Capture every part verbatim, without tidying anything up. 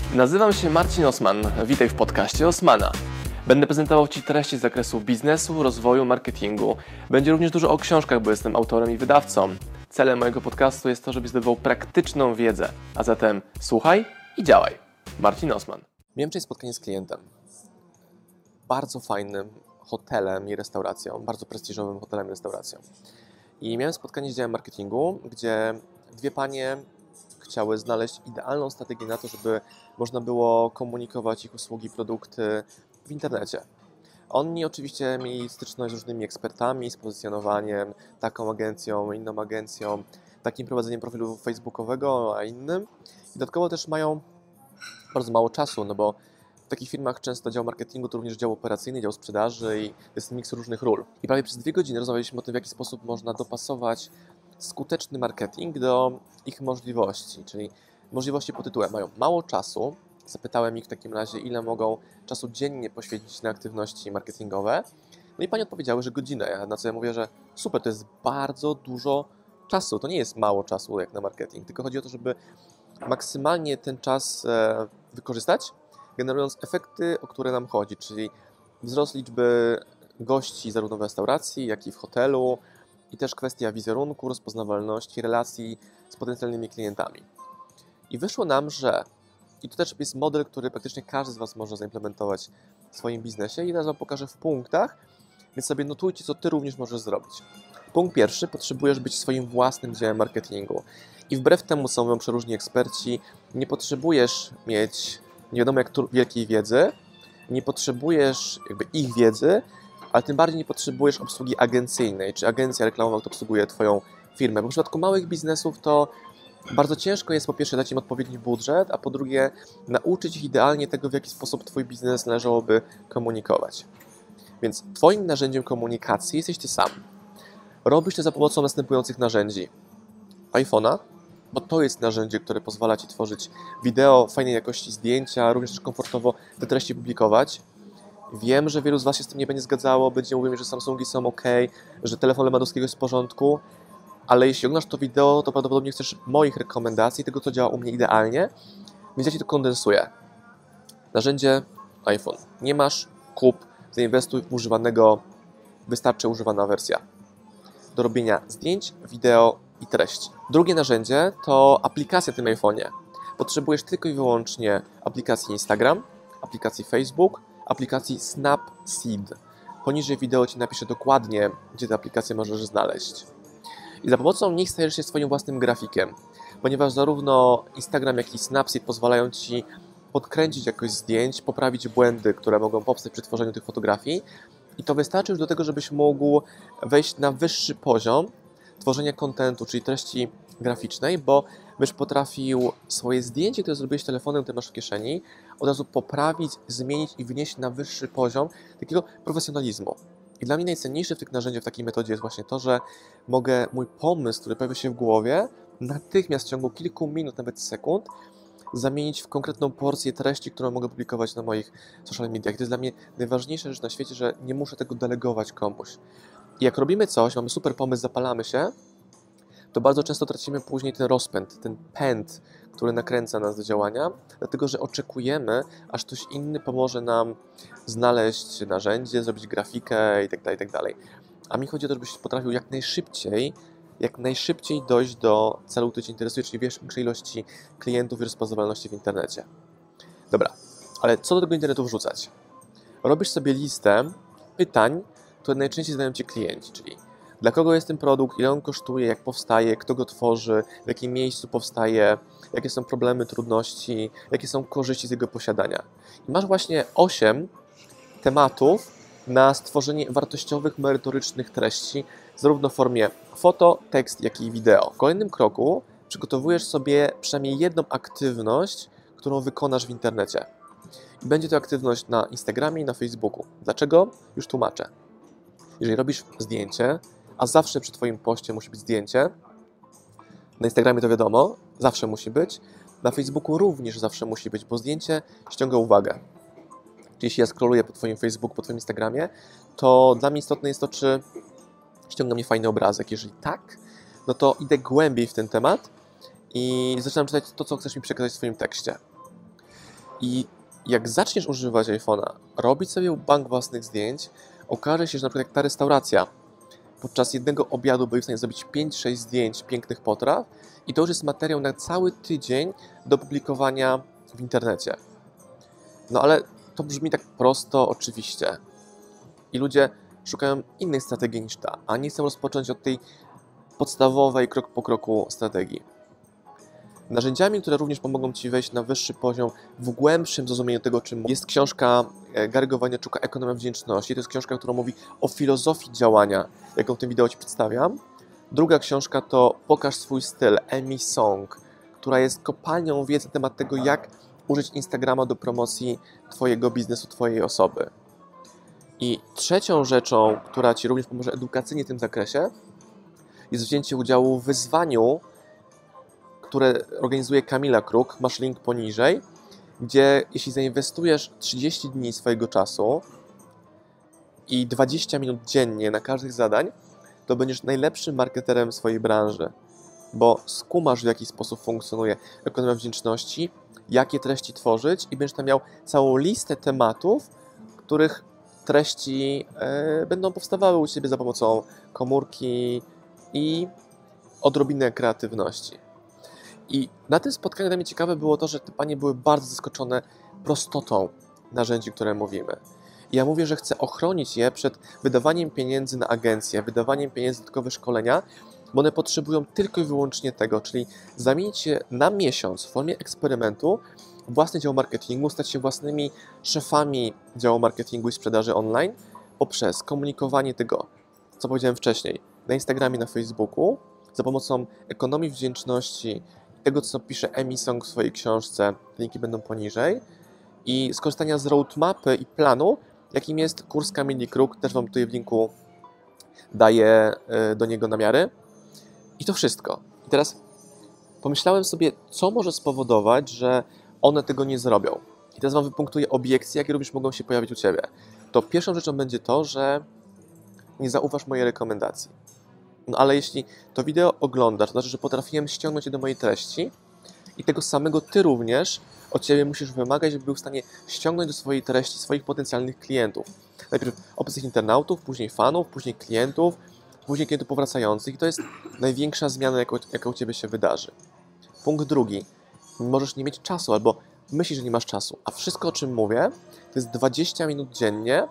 Nazywam się Marcin Osman. Witaj w podcaście Osmana. Będę prezentował Ci treści z zakresu biznesu, rozwoju, marketingu. Będzie również dużo o książkach, bo jestem autorem i wydawcą. Celem mojego podcastu jest to, żebyś zdobywał praktyczną wiedzę. A zatem słuchaj i działaj. Marcin Osman. Miałem dzisiaj spotkanie z klientem. Bardzo fajnym hotelem i restauracją. Bardzo prestiżowym hotelem i restauracją. I miałem spotkanie z działem marketingu, gdzie dwie panie chciały znaleźć idealną strategię na to, żeby można było komunikować ich usługi, produkty w internecie. Oni oczywiście mieli styczność z różnymi ekspertami, z pozycjonowaniem, taką agencją, inną agencją, takim prowadzeniem profilu facebookowego, a innym. I dodatkowo też mają bardzo mało czasu, no bo w takich firmach często dział marketingu to również dział operacyjny, dział sprzedaży i jest miks różnych ról. I prawie przez dwie godziny rozmawialiśmy o tym, w jaki sposób można dopasować skuteczny marketing do ich możliwości, czyli możliwości pod tytułem mają mało czasu. Zapytałem ich w takim razie, ile mogą czasu dziennie poświęcić na aktywności marketingowe. No i pani odpowiedziały, że godzinę, na co ja mówię, że super, to jest bardzo dużo czasu, to nie jest mało czasu jak na marketing, tylko chodzi o to, żeby maksymalnie ten czas wykorzystać, generując efekty, o które nam chodzi, czyli wzrost liczby gości zarówno w restauracji, jak i w hotelu, i też kwestia wizerunku, rozpoznawalności, relacji z potencjalnymi klientami. I wyszło nam, że, i to też jest model, który praktycznie każdy z Was może zaimplementować w swoim biznesie i teraz Wam pokażę w punktach, więc sobie notujcie, co Ty również możesz zrobić. Punkt pierwszy, potrzebujesz być swoim własnym działem marketingu. I wbrew temu, co mówią przeróżni eksperci, nie potrzebujesz mieć nie wiadomo jak wielkiej wiedzy, nie potrzebujesz jakby ich wiedzy, ale tym bardziej nie potrzebujesz obsługi agencyjnej, czy agencja reklamowa, która obsługuje Twoją firmę. Bo w przypadku małych biznesów to bardzo ciężko jest po pierwsze dać im odpowiedni budżet, a po drugie nauczyć ich idealnie tego, w jaki sposób Twój biznes należałoby komunikować. Więc Twoim narzędziem komunikacji jesteś Ty sam. Robisz to za pomocą następujących narzędzi. iPhone'a, bo to jest narzędzie, które pozwala Ci tworzyć wideo, fajnej jakości zdjęcia, również też komfortowo te treści publikować. Wiem, że wielu z Was się z tym nie będzie zgadzało, będzie mówiło mi, że Samsungi są ok, że telefon Lewandowskiego jest w porządku, ale jeśli oglądasz to wideo, to prawdopodobnie chcesz moich rekomendacji, tego co działa u mnie idealnie, więc ja Ci to kondensuję. Narzędzie iPhone. Nie masz, kup, zainwestuj w używanego, wystarczy używana wersja do robienia zdjęć, wideo i treści. Drugie narzędzie to aplikacja w tym iPhone'ie. Potrzebujesz tylko i wyłącznie aplikacji Instagram, aplikacji Facebook, aplikacji Snapseed. Poniżej wideo Ci napiszę dokładnie, gdzie tę aplikację możesz znaleźć. I za pomocą nich stajesz się swoim własnym grafikiem, ponieważ zarówno Instagram, jak i Snapseed pozwalają Ci podkręcić jakość zdjęć, poprawić błędy, które mogą powstać przy tworzeniu tych fotografii. I to wystarczy już do tego, żebyś mógł wejść na wyższy poziom tworzenia kontentu, czyli treści graficznej, bo byś potrafił swoje zdjęcie, które zrobiłeś telefonem, które masz w kieszeni, od razu poprawić, zmienić i wnieść na wyższy poziom takiego profesjonalizmu. I dla mnie najcenniejsze w tych narzędziach, w takiej metodzie jest właśnie to, że mogę mój pomysł, który pojawia się w głowie, natychmiast w ciągu kilku minut, nawet sekund, zamienić w konkretną porcję treści, którą mogę publikować na moich social mediach. To jest dla mnie najważniejsza rzecz na świecie, że nie muszę tego delegować komuś. I jak robimy coś, mamy super pomysł, zapalamy się, to bardzo często tracimy później ten rozpęd, ten pęd, który nakręca nas do działania, dlatego że oczekujemy, aż ktoś inny pomoże nam znaleźć narzędzie, zrobić grafikę itd., itd. A mi chodzi o to, żebyś potrafił jak najszybciej, jak najszybciej dojść do celu, który Cię interesuje, czyli większej ilości klientów i rozpoznawalności w internecie. Dobra, ale co do tego internetu wrzucać? Robisz sobie listę pytań, które najczęściej zadają Ci klienci, czyli dla kogo jest ten produkt, ile on kosztuje, jak powstaje, kto go tworzy, w jakim miejscu powstaje, jakie są problemy, trudności, jakie są korzyści z jego posiadania. I masz właśnie osiem tematów na stworzenie wartościowych, merytorycznych treści, zarówno w formie foto, tekst, jak i wideo. W kolejnym kroku przygotowujesz sobie przynajmniej jedną aktywność, którą wykonasz w internecie. I będzie to aktywność na Instagramie i na Facebooku. Dlaczego? Już tłumaczę. Jeżeli robisz zdjęcie, a zawsze przy Twoim poście musi być zdjęcie, na Instagramie to wiadomo, zawsze musi być, na Facebooku również zawsze musi być, bo zdjęcie ściąga uwagę. Czyli jeśli ja scrolluję po Twoim Facebooku, po Twoim Instagramie, to dla mnie istotne jest to, czy ściąga mnie fajny obrazek. Jeżeli tak, no to idę głębiej w ten temat i zaczynam czytać to, co chcesz mi przekazać w swoim tekście. I jak zaczniesz używać iPhone'a, robić sobie bank własnych zdjęć, okaże się, że na przykład jak ta restauracja podczas jednego obiadu byli w stanie zrobić pięć sześć zdjęć pięknych potraw i to już jest materiał na cały tydzień do publikowania w internecie. No ale to brzmi tak prosto, oczywiście. I ludzie szukają innej strategii niż ta, a nie chcą rozpocząć od tej podstawowej, krok po kroku strategii. Narzędziami, które również pomogą Ci wejść na wyższy poziom w głębszym zrozumieniu tego, czym jest książka Gary'ego Vaynerchuka Ekonomia Wdzięczności. To jest książka, która mówi o filozofii działania, jaką w tym wideo Ci przedstawiam. Druga książka to Pokaż swój styl, Amy Song, która jest kopalnią wiedzy na temat tego, jak użyć Instagrama do promocji Twojego biznesu, Twojej osoby. I trzecią rzeczą, która Ci również pomoże edukacyjnie w tym zakresie, jest wzięcie udziału w wyzwaniu, które organizuje Kamila Kruk, masz link poniżej, gdzie jeśli zainwestujesz trzydzieści dni swojego czasu i dwadzieścia minut dziennie na każdych zadań, to będziesz najlepszym marketerem swojej branży, bo skumasz, w jaki sposób funkcjonuje ekonomia wdzięczności, jakie treści tworzyć i będziesz tam miał całą listę tematów, których treści yy, będą powstawały u Ciebie za pomocą komórki i odrobinę kreatywności. I na tym spotkaniu dla mnie ciekawe było to, że te panie były bardzo zaskoczone prostotą narzędzi, które mówimy. I ja mówię, że chcę ochronić je przed wydawaniem pieniędzy na agencję, wydawaniem pieniędzy na dodatkowe szkolenia, bo one potrzebują tylko i wyłącznie tego, czyli zamienić się na miesiąc w formie eksperymentu własny dział marketingu, stać się własnymi szefami działu marketingu i sprzedaży online poprzez komunikowanie tego, co powiedziałem wcześniej, na Instagramie, na Facebooku, za pomocą ekonomii wdzięczności, tego, co pisze Amy Song w swojej książce, linki będą poniżej, i skorzystania z roadmapy i planu, jakim jest kurs Kamili Kruk, też Wam tutaj w linku daję do niego namiary. I to wszystko. I teraz pomyślałem sobie, co może spowodować, że one tego nie zrobią. I teraz Wam wypunktuję obiekcje, jakie również mogą się pojawić u Ciebie. To pierwszą rzeczą będzie to, że nie zauważ mojej rekomendacji. No ale jeśli to wideo oglądasz, to znaczy, że potrafiłem ściągnąć je do mojej treści i tego samego Ty również od Ciebie musisz wymagać, żeby był w stanie ściągnąć do swojej treści swoich potencjalnych klientów. Najpierw obcych internautów, później fanów, później klientów, później klientów powracających. I to jest największa zmiana, jaka u Ciebie się wydarzy. Punkt drugi. Możesz nie mieć czasu albo myślisz, że nie masz czasu, a wszystko, o czym mówię, to jest dwadzieścia minut dziennie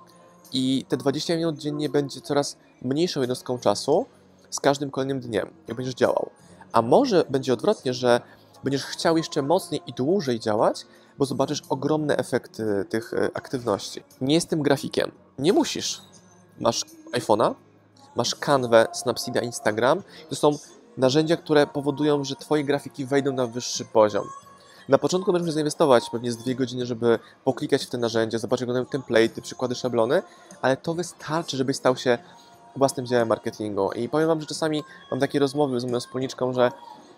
i te dwadzieścia minut dziennie będzie coraz mniejszą jednostką czasu z każdym kolejnym dniem, jak będziesz działał. A może będzie odwrotnie, że będziesz chciał jeszcze mocniej i dłużej działać, bo zobaczysz ogromne efekty tych aktywności. Nie jestem grafikiem. Nie musisz. Masz iPhone'a, masz Canwę, Snapseeda, Instagram. To są narzędzia, które powodują, że Twoje grafiki wejdą na wyższy poziom. Na początku będziesz musiał zainwestować pewnie z dwie godziny, żeby poklikać w te narzędzia, zobaczyć, jak wyglądają template'y, przykłady, szablony, ale to wystarczy, żebyś stał się własnym działem marketingu. I powiem Wam, że czasami mam takie rozmowy z moją wspólniczką, że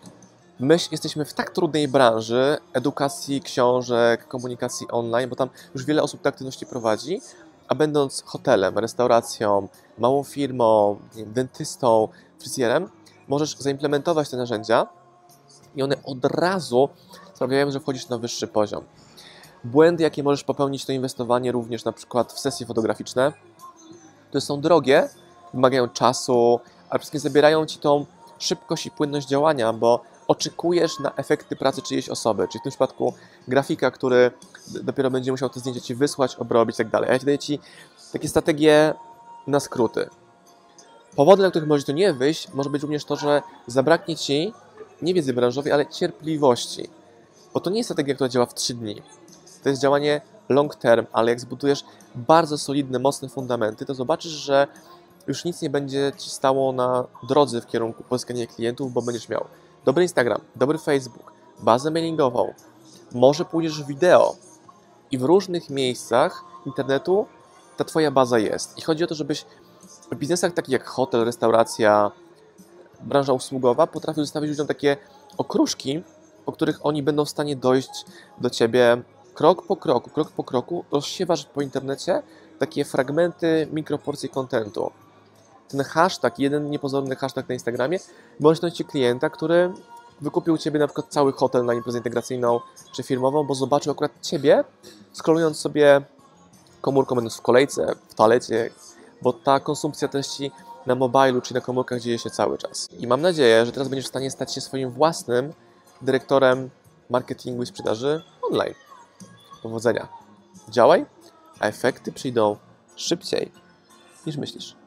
my jesteśmy w tak trudnej branży edukacji, książek, komunikacji online, bo tam już wiele osób te aktywności prowadzi, a będąc hotelem, restauracją, małą firmą, nie wiem, dentystą, fryzjerem, możesz zaimplementować te narzędzia i one od razu sprawiają, że wchodzisz na wyższy poziom. Błędy, jakie możesz popełnić, to inwestowanie również na przykład w sesje fotograficzne, które są drogie, wymagają czasu, ale wszystkie zabierają Ci tą szybkość i płynność działania, bo oczekujesz na efekty pracy czyjejś osoby, czyli w tym przypadku grafika, który dopiero będzie musiał te zdjęcia Ci wysłać, obrobić i tak dalej. A ja Ci daję Ci takie strategie na skróty. Powodem, dla których może to nie wyjść, może być również to, że zabraknie Ci nie wiedzy branżowej, ale cierpliwości. Bo to nie jest strategia, która działa w trzy dni. To jest działanie long term, ale jak zbudujesz bardzo solidne, mocne fundamenty, to zobaczysz, że już nic nie będzie Ci stało na drodze w kierunku pozyskania klientów, bo będziesz miał dobry Instagram, dobry Facebook, bazę mailingową, może pójdziesz w wideo i w różnych miejscach internetu ta Twoja baza jest. I chodzi o to, żebyś w biznesach takich jak hotel, restauracja, branża usługowa potrafił zostawić ludziom takie okruszki, po których oni będą w stanie dojść do Ciebie krok po kroku, krok po kroku, rozsiewasz po internecie takie fragmenty, mikroporcje kontentu. Ten hashtag, jeden niepozorny hashtag na Instagramie, może znaleźć Ci klienta, który wykupił Ciebie na przykład cały hotel na imprezę integracyjną czy firmową, bo zobaczył akurat Ciebie, scrollując sobie komórką, będąc w kolejce, w toalecie, bo ta konsumpcja treści na mobilu czy na komórkach dzieje się cały czas. I mam nadzieję, że teraz będziesz w stanie stać się swoim własnym dyrektorem marketingu i sprzedaży online. Powodzenia. Działaj, a efekty przyjdą szybciej niż myślisz.